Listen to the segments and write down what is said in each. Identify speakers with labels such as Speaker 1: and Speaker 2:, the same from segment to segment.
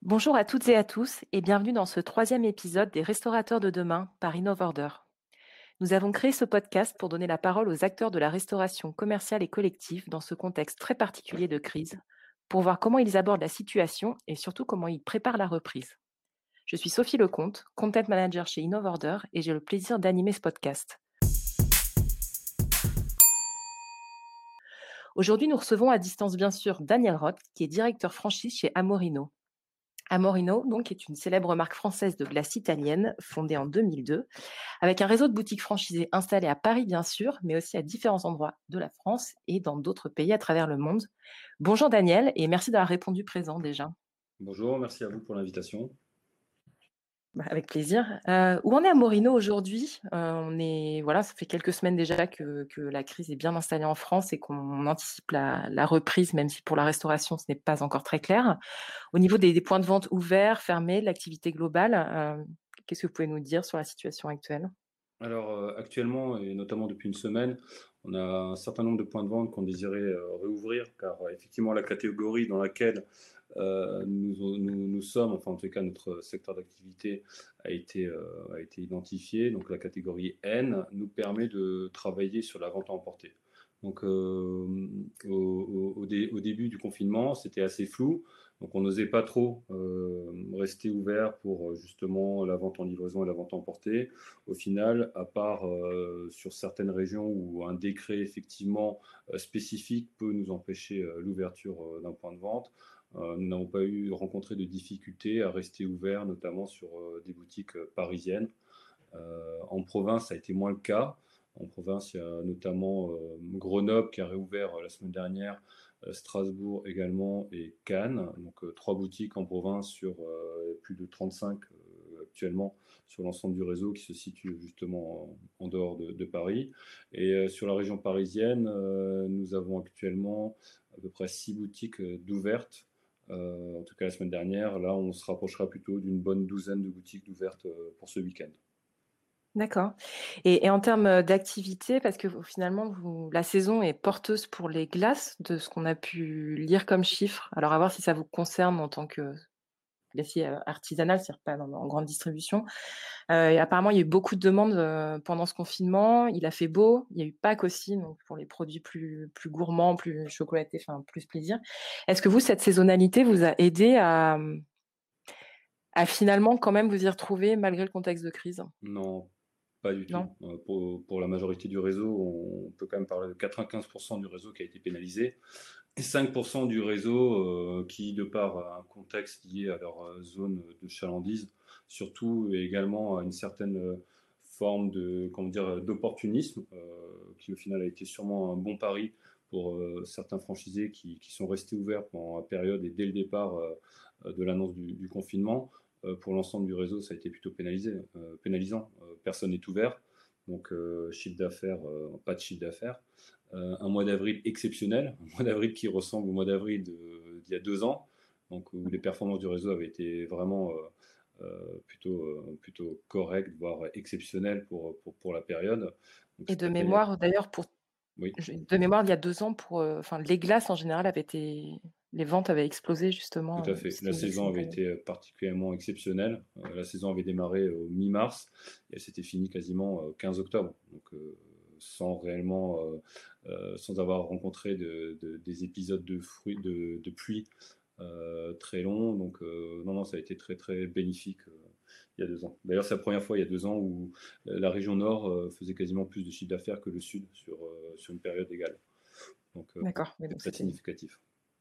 Speaker 1: Bonjour à toutes et à tous et bienvenue dans ce troisième épisode des Restaurateurs de demain par InnovOrder. Nous avons créé ce podcast pour donner la parole aux acteurs de la restauration commerciale et collective dans ce contexte très particulier de crise, pour voir comment ils abordent la situation et surtout comment ils préparent la reprise. Je suis Sophie Lecomte, Content Manager chez InnovOrder et j'ai le plaisir d'animer ce podcast. Aujourd'hui, nous recevons à distance bien sûr Daniel Roth, qui est directeur franchise chez Amorino. Amorino, donc, est une célèbre marque française de glace italienne, fondée en 2002, avec un réseau de boutiques franchisées installées à Paris, bien sûr, mais aussi à différents endroits de la France et dans d'autres pays à travers le monde. Bonjour Daniel, et merci d'avoir répondu présent déjà.
Speaker 2: Bonjour, merci à vous pour l'invitation.
Speaker 1: Avec plaisir. Où en est Amorino aujourd'hui? Ça fait quelques semaines déjà que la crise est bien installée en France et qu'on anticipe la reprise, même si pour la restauration, ce n'est pas encore très clair. Au niveau des points de vente ouverts, fermés, de l'activité globale, qu'est-ce que vous pouvez nous dire sur la situation actuelle?
Speaker 2: Alors actuellement, et notamment depuis une semaine, on a un certain nombre de points de vente qu'on désirait réouvrir, car effectivement la catégorie dans laquelle nous sommes, enfin en tout cas notre secteur d'activité a été identifié. Donc la catégorie N nous permet de travailler sur la vente à emporter. Donc au début du confinement, c'était assez flou. Donc on n'osait pas trop rester ouvert pour justement la vente en livraison et la vente à emporter. Au final, à part sur certaines régions où un décret effectivement spécifique peut nous empêcher l'ouverture d'un point de vente, nous n'avons pas rencontré de difficultés à rester ouverts, notamment sur des boutiques parisiennes. En province, ça a été moins le cas. En province, il y a notamment Grenoble qui a réouvert la semaine dernière, Strasbourg également et Cannes. Donc trois boutiques en province sur plus de 35 actuellement sur l'ensemble du réseau qui se situe justement en dehors de Paris. Et sur la région parisienne, nous avons actuellement à peu près 6 boutiques d'ouvertes. En tout cas la semaine dernière. Là, on se rapprochera plutôt d'une bonne douzaine de boutiques d'ouvertes pour ce week-end.
Speaker 1: D'accord. Et en termes d'activité, parce que finalement, la saison est porteuse pour les glaces, de ce qu'on a pu lire comme chiffres. Alors, à voir si ça vous concerne en tant que glacier artisanal, c'est-à-dire pas en grande distribution. Et apparemment, il y a eu beaucoup de demandes pendant ce confinement. Il a fait beau. Il y a eu Pâques aussi, donc pour les produits plus gourmands, plus chocolatés, enfin plus plaisir. Est-ce que vous, cette saisonnalité vous a aidé à finalement quand même vous y retrouver malgré le contexte de crise?
Speaker 2: Non, pas du tout.
Speaker 1: Non?
Speaker 2: Pour la majorité du réseau, on peut quand même parler de 95% du réseau qui a été pénalisé et 5% du réseau qui, de par un contexte lié à leur zone de chalandise, surtout et également à une certaine forme de, comment dire, d'opportunisme, qui au final a été sûrement un bon pari pour certains franchisés qui sont restés ouverts pendant la période et dès le départ de l'annonce du confinement. Pour l'ensemble du réseau, ça a été plutôt pénalisant. Personne n'est ouvert, donc chiffre d'affaires, pas de chiffre d'affaires. Un mois d'avril exceptionnel, un mois d'avril qui ressemble au mois d'avril d'il y a 2 ans, donc où les performances du réseau avaient été vraiment plutôt correctes, voire exceptionnelles pour la période. Donc
Speaker 1: Et de
Speaker 2: c'était,
Speaker 1: mémoire, d'ailleurs,
Speaker 2: oui,
Speaker 1: de mémoire, il y a 2 ans, enfin, les glaces en général les ventes avaient explosé
Speaker 2: tout
Speaker 1: justement.
Speaker 2: à fait. La saison
Speaker 1: C'était une
Speaker 2: avait
Speaker 1: période.
Speaker 2: été particulièrement exceptionnelle. La saison avait démarré au mi-mars et elle s'était finie quasiment 15 octobre. Donc, sans réellement, sans avoir rencontré des épisodes de pluie très longs. Donc, non, ça a été très, très bénéfique il y a 2 ans. D'ailleurs, c'est la première fois il y a 2 ans où la région nord faisait quasiment plus de chiffre d'affaires que le sud sur une période égale. Donc,
Speaker 1: D'accord. Mais
Speaker 2: c'est
Speaker 1: donc
Speaker 2: très
Speaker 1: c'était.
Speaker 2: significatif.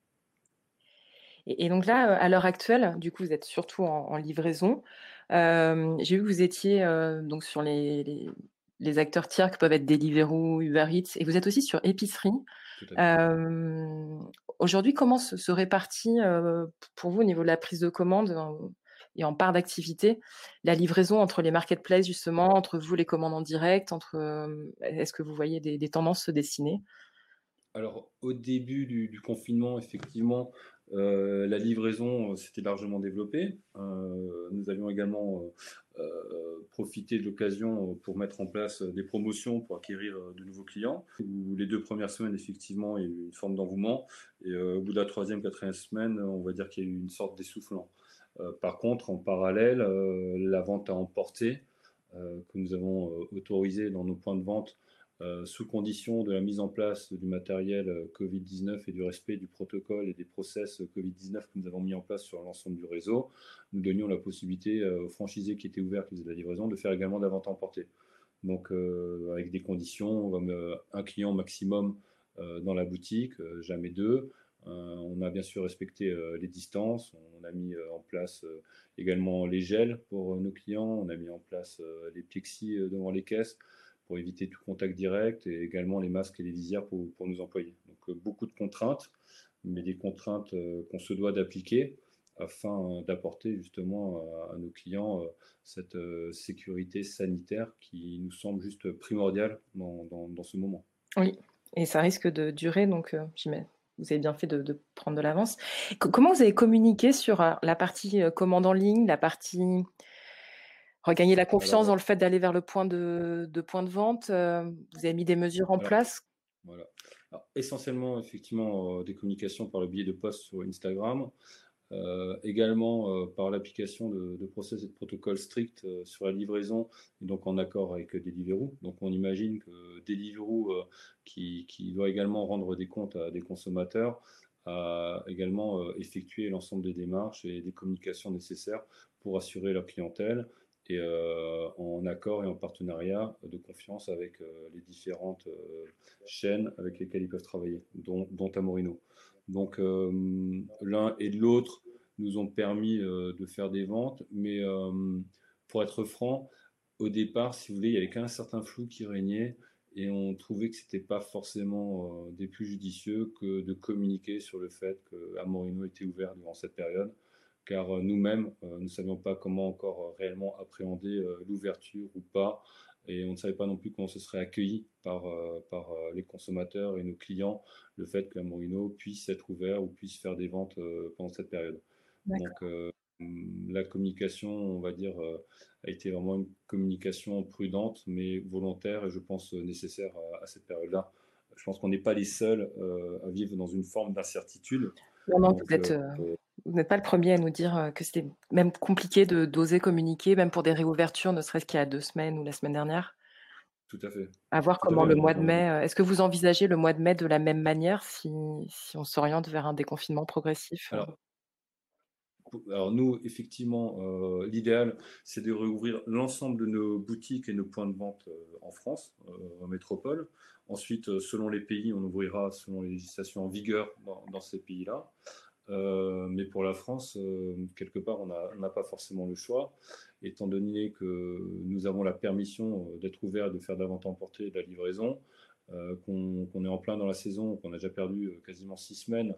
Speaker 1: Et donc là, à l'heure actuelle, du coup, vous êtes surtout en livraison. J'ai vu que vous étiez donc sur les acteurs tiers qui peuvent être Deliveroo, Uber Eats, et vous êtes aussi sur épicerie.
Speaker 2: Tout à fait.
Speaker 1: Euh, Aujourd'hui, comment se répartit pour vous au niveau de la prise de commande et en part d'activité, la livraison entre les marketplaces justement, entre vous les commandes en direct, est-ce que vous voyez des tendances se dessiner?
Speaker 2: Alors, au début du confinement, effectivement, La livraison s'était largement développée. Nous avions également profité de l'occasion pour mettre en place des promotions pour acquérir de nouveaux clients. Où les 2 premières semaines, effectivement, il y a eu une forme d'engouement et au bout de la 3e, 4e semaine, on va dire qu'il y a eu une sorte d'essoufflement. Par contre, en parallèle, la vente à emporter, que nous avons autorisée dans nos points de vente sous condition de la mise en place du matériel Covid-19 et du respect du protocole et des process Covid-19 que nous avons mis en place sur l'ensemble du réseau, nous donnions la possibilité aux franchisés qui étaient ouverts, qui faisaient de la livraison, de faire également de la vente emportée. Donc, avec des conditions, comme un client maximum dans la boutique, jamais deux. On a bien sûr respecté les distances. On a mis en place également les gels pour nos clients. On a mis en place les plexis devant les caisses pour éviter tout contact direct et également les masques et les visières pour nos employés. Donc, beaucoup de contraintes, mais des contraintes qu'on se doit d'appliquer afin d'apporter justement à nos clients cette sécurité sanitaire qui nous semble juste primordiale dans ce moment.
Speaker 1: Oui, et ça risque de durer, donc vous avez bien fait de prendre de l'avance. Comment vous avez communiqué sur, la partie, commande en ligne, la partie regagner la confiance
Speaker 2: Alors,
Speaker 1: dans le fait d'aller vers le point de vente? Vous avez mis des mesures en
Speaker 2: alors,
Speaker 1: place?
Speaker 2: voilà. Alors, essentiellement, effectivement, des communications par le biais de posts sur Instagram. Également par l'application de process et de protocoles stricts sur la livraison, et donc en accord avec Deliveroo. Donc on imagine que Deliveroo, qui doit également rendre des comptes à des consommateurs, a également effectué l'ensemble des démarches et des communications nécessaires pour assurer leur clientèle et en accord et en partenariat de confiance avec les différentes chaînes avec lesquelles ils peuvent travailler, dont Amorino. Donc l'un et l'autre nous ont permis de faire des ventes, mais pour être franc, au départ, si vous voulez, il y avait qu'un certain flou qui régnait et on trouvait que c'était pas forcément des plus judicieux que de communiquer sur le fait que Amorino était ouvert durant cette période, car nous-mêmes, nous ne savions pas comment encore réellement appréhender l'ouverture ou pas, et on ne savait pas non plus comment ce serait accueilli par les consommateurs et nos clients, le fait qu'Amorino puisse être ouvert ou puisse faire des ventes pendant cette période. Donc,
Speaker 1: D'accord.
Speaker 2: la communication, on va dire, a été vraiment une communication prudente, mais volontaire et je pense nécessaire à cette période-là. Je pense qu'on n'est pas les seuls à vivre dans une forme d'incertitude.
Speaker 1: Non, non,
Speaker 2: Donc,
Speaker 1: vous n'êtes pas le premier à nous dire, que c'était même compliqué de d'oser communiquer, même pour des réouvertures, ne serait-ce qu'il y a 2 semaines ou la semaine dernière.
Speaker 2: tout à fait.
Speaker 1: À voir
Speaker 2: Tout à
Speaker 1: comment
Speaker 2: fait.
Speaker 1: le mois de mai, est-ce que vous envisagez le mois de mai de la même manière si on s'oriente vers un déconfinement progressif?
Speaker 2: Alors, alors nous, effectivement, l'idéal, c'est de réouvrir l'ensemble de nos boutiques et nos points de vente en France, en métropole. Ensuite, selon les pays, on ouvrira selon les législations en vigueur dans ces pays-là. Mais pour la France, quelque part, on n'a pas forcément le choix, étant donné que nous avons la permission d'être ouvert, de faire de la vente emportée et de la livraison, qu'on est en plein dans la saison, qu'on a déjà perdu quasiment 6 semaines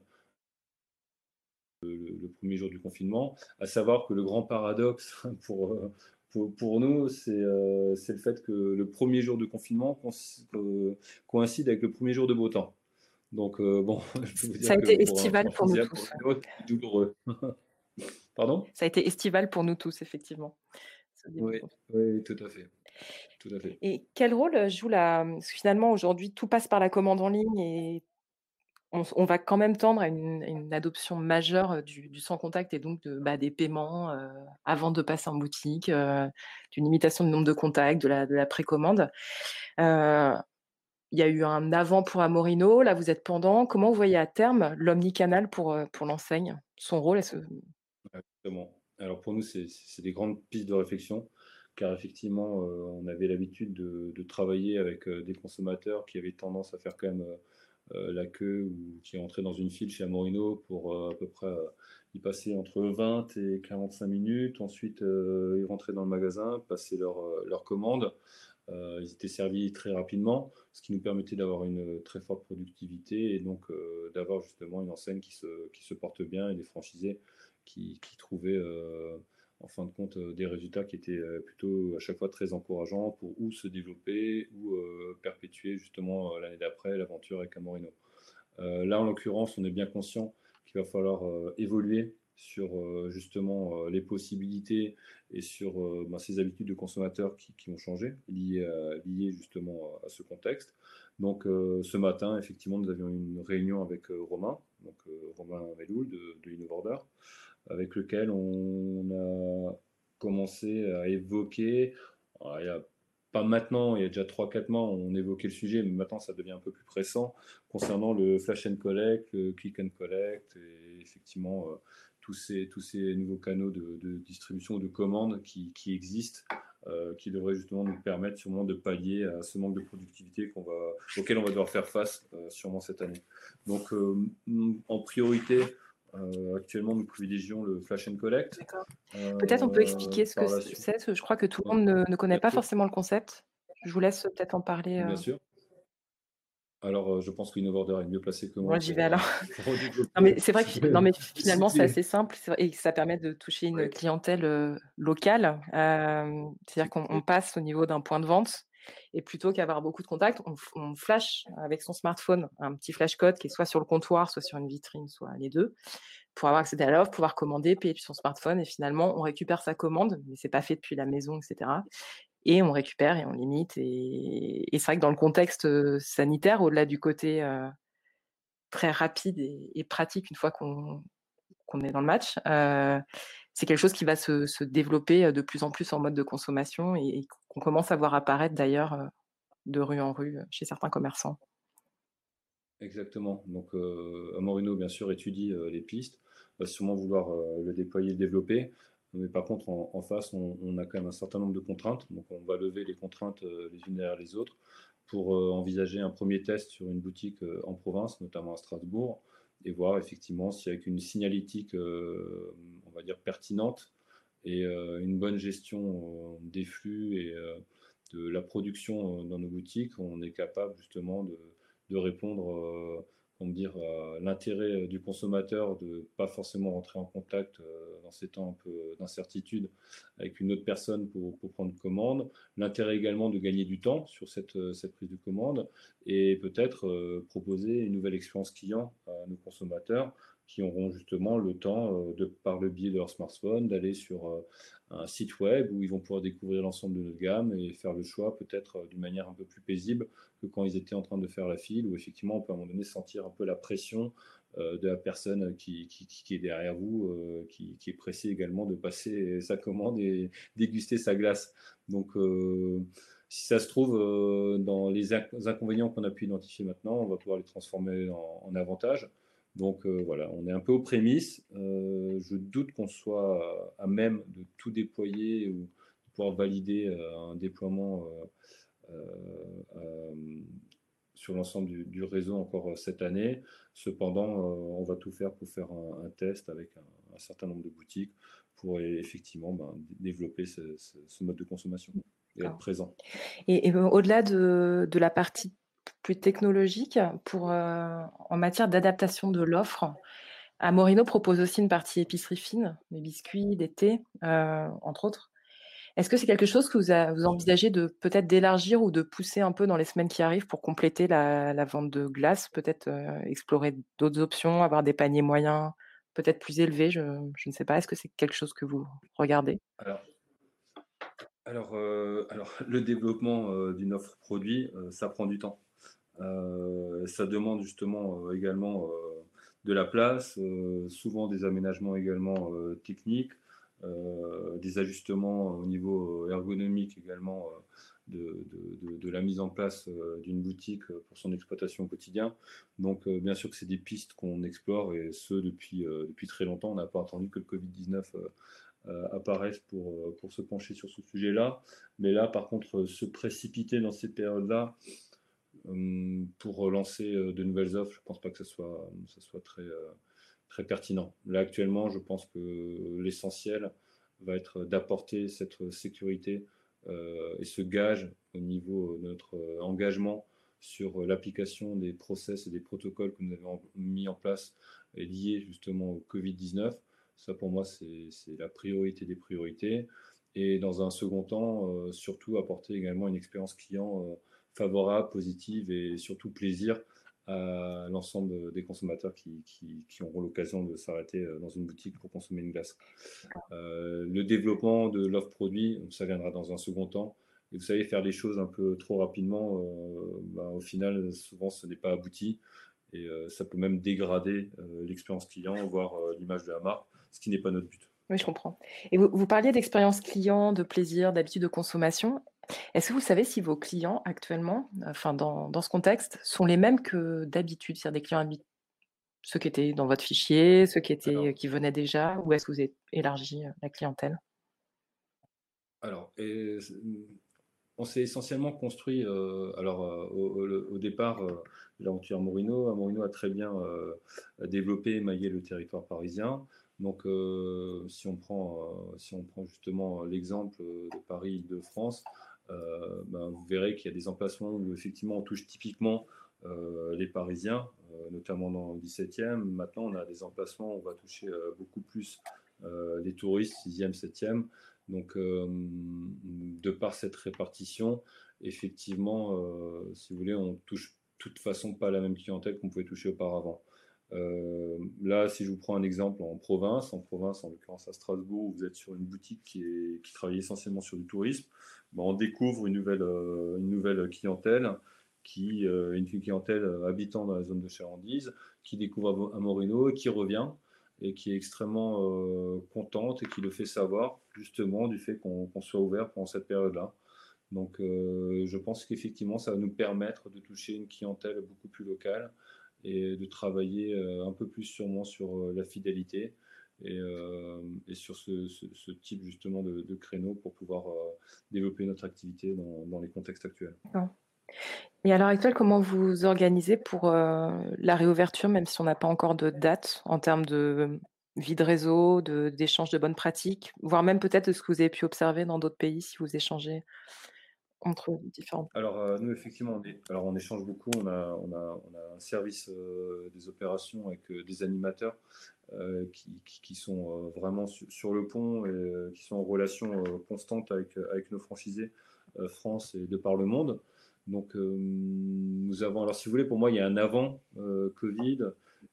Speaker 2: le premier jour du confinement, à savoir que le grand paradoxe pour nous, c'est le fait que le premier jour de confinement coïncide avec le premier jour de beau temps. Donc, bon, je peux vous
Speaker 1: Ça a
Speaker 2: dire que
Speaker 1: été
Speaker 2: pour un
Speaker 1: estival pour nous
Speaker 2: franchisé, pour
Speaker 1: tous.
Speaker 2: un autre, c'est douloureux. Pardon?
Speaker 1: Ça a été estival pour nous tous, effectivement, ce début de
Speaker 2: Oui,
Speaker 1: confinement.
Speaker 2: oui, tout à fait, tout à fait.
Speaker 1: Et quel rôle, joue parce que finalement aujourd'hui tout passe par la commande en ligne et on va quand même tendre à une adoption majeure, du sans contact et donc des paiements, avant de passer en boutique, d'une limitation du nombre de contacts, de la précommande. Heu, il y a eu un avant pour Amorino, là vous êtes pendant. Comment vous voyez à terme l'omnicanal pour l'enseigne? Son rôle, est-ce que
Speaker 2: Exactement. Alors pour nous, c'est des grandes pistes de réflexion, car effectivement, on avait l'habitude de travailler avec des consommateurs qui avaient tendance à faire quand même la queue ou qui rentraient dans une file chez Amorino pour à peu près y passer entre 20 et 45 minutes. Ensuite, ils rentraient dans le magasin, passaient leur commande. Ils étaient servis très rapidement, ce qui nous permettait d'avoir une très forte productivité et donc d'avoir justement une enseigne qui se porte bien et des franchisés qui trouvaient en fin de compte des résultats qui étaient plutôt à chaque fois très encourageants pour ou se développer ou perpétuer justement l'année d'après l'aventure avec Amorino. Là, en l'occurrence, on est bien conscient qu'il va falloir évoluer sur justement les possibilités et sur ces habitudes de consommateurs qui ont changé, liées justement à ce contexte. Donc ce matin, effectivement, nous avions une réunion avec Romain, donc Romain Meloul de InnoVorder, avec lequel on a commencé à évoquer, alors, il y a pas maintenant, il y a déjà 3-4 mois, on évoquait le sujet, mais maintenant ça devient un peu plus pressant concernant le flash and collect, le click and collect, et effectivement tous ces nouveaux canaux de distribution ou de commandes qui existent, qui devraient justement nous permettre sûrement de pallier à ce manque de productivité auquel on va devoir faire face sûrement cette année. Donc en priorité, actuellement, nous privilégions le flash and collect.
Speaker 1: D'accord. Peut-être on peut
Speaker 2: Euh,
Speaker 1: expliquer ce que
Speaker 2: par la suite,
Speaker 1: c'est, parce que je crois que tout le
Speaker 2: ouais,
Speaker 1: monde ne connaît
Speaker 2: bien
Speaker 1: pas
Speaker 2: sûr,
Speaker 1: forcément le concept. Je vous laisse peut-être en parler.
Speaker 2: bien sûr. Alors, je pense qu'InnoVorder est mieux placé que moi
Speaker 1: Moi, j'y vais alors.
Speaker 2: pour
Speaker 1: Non, mais
Speaker 2: développer,
Speaker 1: c'est vrai que non, mais finalement, c'est
Speaker 2: situer.
Speaker 1: assez simple et que ça permet de toucher une
Speaker 2: Oui,
Speaker 1: clientèle locale. C'est-à-dire qu'on passe au niveau d'un point de vente et plutôt qu'avoir beaucoup de contacts, on flash avec son smartphone un petit flash code qui est soit sur le comptoir, soit sur une vitrine, soit les deux, pour avoir accès à l'offre, pouvoir commander, payer depuis son smartphone et finalement, on récupère sa commande, mais c'est pas fait depuis la maison, etc. Et on récupère et on limite. Et c'est vrai que dans le contexte sanitaire, au-delà du côté très rapide et pratique une fois qu'on est dans le match, c'est quelque chose qui va se développer de plus en plus en mode de consommation et qu'on commence à voir apparaître d'ailleurs de rue en rue chez certains commerçants.
Speaker 2: exactement. Donc, Amorino, bien sûr, étudie les pistes, va sûrement vouloir le déployer, le développer. Mais par contre, en face, on a quand même un certain nombre de contraintes. Donc, on va lever les contraintes les unes derrière les autres pour envisager un premier test sur une boutique en province, notamment à Strasbourg, et voir effectivement si avec une signalétique, on va dire, pertinente et une bonne gestion des flux et de la production dans nos boutiques, on est capable justement de répondre comment dire, à l'intérêt du consommateur de ne pas forcément rentrer en contact dans ces temps un peu d'incertitude avec une autre personne pour prendre commande, l'intérêt également de gagner du temps sur cette prise de commande et peut-être proposer une nouvelle expérience client à nos consommateurs qui auront justement le temps, par le biais de leur smartphone, d'aller sur un site web où ils vont pouvoir découvrir l'ensemble de notre gamme et faire le choix peut-être d'une manière un peu plus paisible que quand ils étaient en train de faire la file, où effectivement on peut à un moment donné sentir un peu la pression de la personne qui est derrière vous, qui est pressée également de passer sa commande et déguster sa glace. Donc si ça se trouve, dans les inconvénients qu'on a pu identifier maintenant, on va pouvoir les transformer en avantages. Donc voilà, on est un peu aux prémices. Je doute qu'on soit à même de tout déployer ou de pouvoir valider un déploiement sur l'ensemble du réseau encore cette année. Cependant, on va tout faire pour faire un test avec un certain nombre de boutiques pour effectivement développer ce mode de consommation et être
Speaker 1: D'accord.
Speaker 2: présent.
Speaker 1: Et au-delà de la partie plus technologique, en matière d'adaptation de l'offre, Amorino propose aussi une partie épicerie fine, des biscuits, des thés, entre autres. Est-ce que c'est quelque chose que vous envisagez de peut-être d'élargir ou de pousser un peu dans les semaines qui arrivent pour compléter la vente de glace, peut-être explorer d'autres options, avoir des paniers moyens, peut-être plus élevés, je ne sais pas. Est-ce que c'est quelque chose que vous regardez?
Speaker 2: Alors, alors, le développement d'une offre produit, ça prend du temps. Ça demande justement également de la place, souvent des aménagements également techniques, des ajustements au niveau ergonomique également de la mise en place d'une boutique pour son exploitation au quotidien. Donc bien sûr que c'est des pistes qu'on explore et ce depuis très longtemps. On n'a pas attendu que le Covid-19 apparaissent pour se pencher sur ce sujet-là. Mais là, par contre, se précipiter dans ces périodes-là pour lancer de nouvelles offres, je ne pense pas que ça soit très pertinent. Là, actuellement, je pense que l'essentiel va être d'apporter cette sécurité et ce gage au niveau de notre engagement sur l'application des process et des protocoles que nous avons mis en place et liés justement au Covid-19. Ça, pour moi, c'est la priorité des priorités. Et dans un second temps, surtout apporter également une expérience client favorable, positive et surtout plaisir à l'ensemble des consommateurs qui auront l'occasion de s'arrêter dans une boutique pour consommer une glace. Le développement de l'offre produit, ça viendra dans un second temps. Et vous savez, faire les choses un peu trop rapidement, au final, souvent, ce n'est pas abouti. Et ça peut même dégrader l'expérience client, voire l'image de la marque, ce qui n'est pas notre but.
Speaker 1: Oui, je comprends. Et vous parliez d'expérience client, de plaisir, d'habitude de consommation. Est-ce que vous savez si vos clients actuellement, enfin dans ce contexte, sont les mêmes que d'habitude? C'est-à-dire des clients ceux qui étaient dans votre fichier, ceux
Speaker 2: Alors,
Speaker 1: qui venaient déjà, ou est-ce que vous avez élargi, la clientèle?
Speaker 2: alors on s'est essentiellement construit, au départ, l'aventure Morino. Morino a très bien développé et maillé le territoire parisien. Donc, si on prend justement l'exemple de Paris-Île-de-France, vous verrez qu'il y a des emplacements où effectivement on touche typiquement les Parisiens, notamment dans le 17e. Maintenant, on a des emplacements où on va toucher beaucoup plus les touristes, 6e, 7e. Donc, de par cette répartition, effectivement, si vous voulez, on touche de toute façon pas la même clientèle qu'on pouvait toucher auparavant. Là, si je vous prends un exemple en province, en l'occurrence à Strasbourg, où vous êtes sur une boutique qui travaille essentiellement sur du tourisme, on découvre une nouvelle clientèle, une clientèle habitant dans la zone de chalandise, qui découvre Amorino et qui revient et qui est extrêmement contente et qui le fait savoir justement du fait qu'on soit ouvert pendant cette période-là. Donc je pense qu'effectivement ça va nous permettre de toucher une clientèle beaucoup plus locale et de travailler un peu plus sûrement sur la fidélité et sur ce type justement de créneau pour pouvoir développer notre activité dans les contextes actuels.
Speaker 1: D'accord. Et à l'heure actuelle, comment vous organisez pour, la réouverture, même si on n'a pas encore de date, en termes de vie de réseau, d'échange de bonnes pratiques, voire même peut-être de ce que vous avez pu observer dans d'autres pays si vous échangez entre différents.
Speaker 2: Alors, nous, effectivement, on échange beaucoup. On a un service des opérations avec des animateurs qui sont vraiment sur le pont et qui sont en relation constante avec nos franchisés France et de par le monde. Donc, nous avons, alors si vous voulez, pour moi, il y a un avant Covid,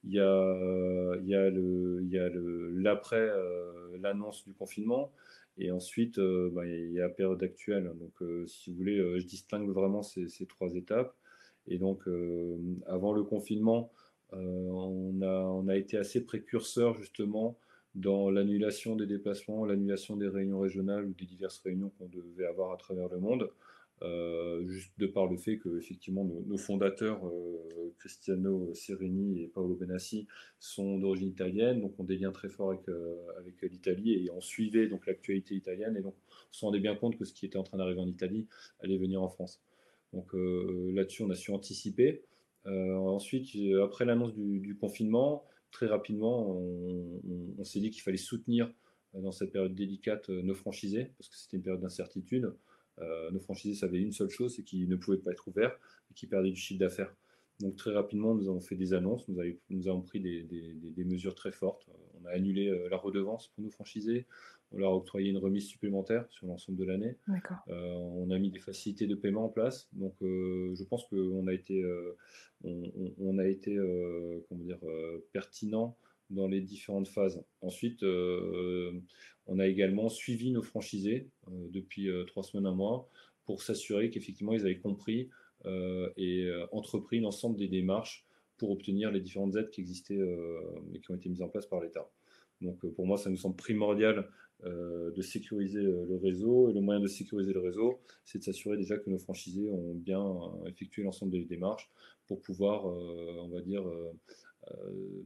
Speaker 2: il y a l'après l'annonce du confinement, et ensuite, il y a la période actuelle. Donc, si vous voulez, je distingue vraiment ces trois étapes. Et donc, avant le confinement, on a été assez précurseur justement dans l'annulation des déplacements, l'annulation des réunions régionales ou des diverses réunions qu'on devait avoir à travers le monde, juste de par le fait que effectivement nos fondateurs, Cristiano Serini et Paolo Benassi, sont d'origine italienne, donc ont des liens très forts avec l'Italie et on suivait donc l'actualité italienne et donc on se rendait bien compte que ce qui était en train d'arriver en Italie allait venir en France. Donc là-dessus, on a su anticiper. Ensuite, après l'annonce du confinement, très rapidement, on s'est dit qu'il fallait soutenir dans cette période délicate nos franchisés, parce que c'était une période d'incertitude. Nos franchisés savaient une seule chose, c'est qu'ils ne pouvaient pas être ouverts et qu'ils perdaient du chiffre d'affaires. Donc très rapidement, nous avons fait des annonces, nous avons pris des mesures très fortes. On a annulé la redevance pour nos franchisés, on leur a octroyé une remise supplémentaire sur l'ensemble de l'année.
Speaker 1: D'accord.
Speaker 2: On a mis des facilités de paiement en place. Donc, je pense qu'on a été, on a été comment dire, pertinent dans les différentes phases. Ensuite, on a également suivi nos franchisés depuis 3 semaines, un mois, pour s'assurer qu'effectivement ils avaient compris et entrepris l'ensemble des démarches pour obtenir les différentes aides qui existaient et qui ont été mises en place par l'État. Donc, pour moi, ça nous semble primordial de sécuriser le réseau. Et le moyen de sécuriser le réseau, c'est de s'assurer déjà que nos franchisés ont bien effectué l'ensemble des démarches pour pouvoir, on va dire, euh,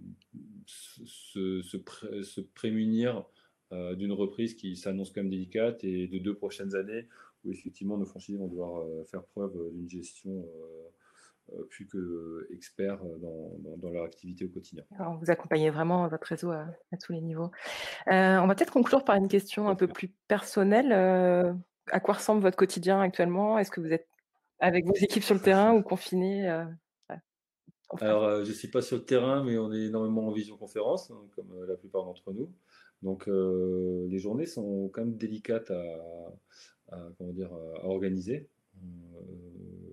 Speaker 2: se prémunir d'une reprise qui s'annonce quand même délicate et de 2 prochaines années où effectivement nos franchisés vont devoir faire preuve d'une gestion plus que expert dans leur activité au quotidien.
Speaker 1: Alors vous accompagnez vraiment votre réseau à tous les niveaux. On va peut-être conclure par une question
Speaker 2: Tout à
Speaker 1: un peu
Speaker 2: fait.
Speaker 1: plus personnelle. À quoi ressemble votre quotidien actuellement? Est-ce que vous êtes avec vos équipes sur le terrain ou confinés, ouais, en France?
Speaker 2: Alors, je ne suis pas sur le terrain, mais on est énormément en visioconférence, hein, comme la plupart d'entre nous. Donc, les journées sont quand même délicates comment dire, à organiser. Euh,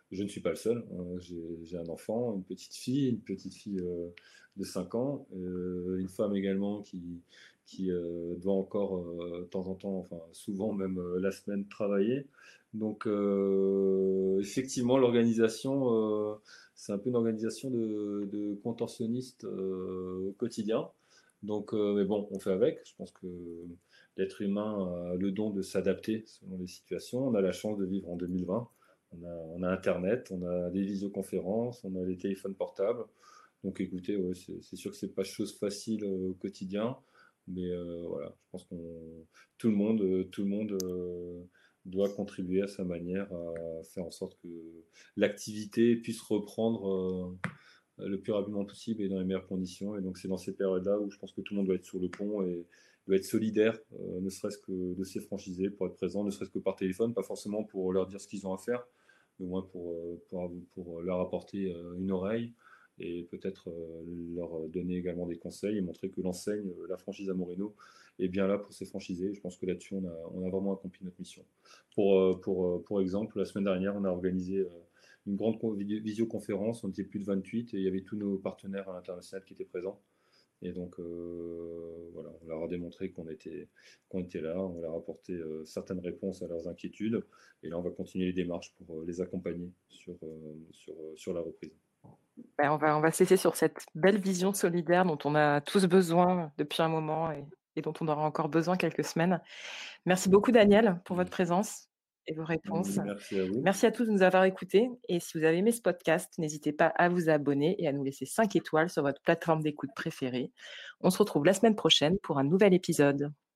Speaker 2: Je ne suis pas le seul, j'ai un enfant, une petite fille, de 5 ans, une femme également qui doit encore, de temps en temps, enfin souvent même, la semaine travailler. Donc effectivement l'organisation, c'est un peu une organisation de contorsionniste, au quotidien. Donc mais bon, on fait avec. Je pense que l'être humain a le don de s'adapter selon les situations. On a la chance de vivre en 2020. On a Internet, on a des visioconférences, on a les téléphones portables. Donc écoutez, ouais, c'est sûr que c'est pas chose facile au quotidien, mais voilà, je pense qu'on tout le monde doit contribuer à sa manière à faire en sorte que l'activité puisse reprendre le plus rapidement possible et dans les meilleures conditions. Et donc c'est dans ces périodes-là où je pense que tout le monde doit être sur le pont et doit être solidaire, ne serait-ce que de ses franchisés, pour être présent, ne serait-ce que par téléphone, pas forcément pour leur dire ce qu'ils ont à faire, mais au moins pour leur apporter une oreille et peut-être leur donner également des conseils et montrer que l'enseigne, la franchise Amoreno, est bien là pour ses franchisés. Je pense que là-dessus, on a vraiment accompli notre mission. Pour exemple, la semaine dernière, on a organisé une grande visioconférence, on était plus de 28 et il y avait tous nos partenaires à l'international qui étaient présents. Et donc voilà, on leur a démontré qu'on était là, on leur a apporté certaines réponses à leurs inquiétudes. Et là, on va continuer les démarches pour les accompagner sur la reprise.
Speaker 1: Ben, on va se laisser sur cette belle vision solidaire dont on a tous besoin depuis un moment et dont on aura encore besoin quelques semaines. Merci beaucoup Daniel pour votre présence et vos réponses.
Speaker 2: Merci à vous.
Speaker 1: Merci à tous de nous avoir écoutés et si vous avez aimé ce podcast, n'hésitez pas à vous abonner et à nous laisser 5 étoiles sur votre plateforme d'écoute préférée. On se retrouve la semaine prochaine pour un nouvel épisode.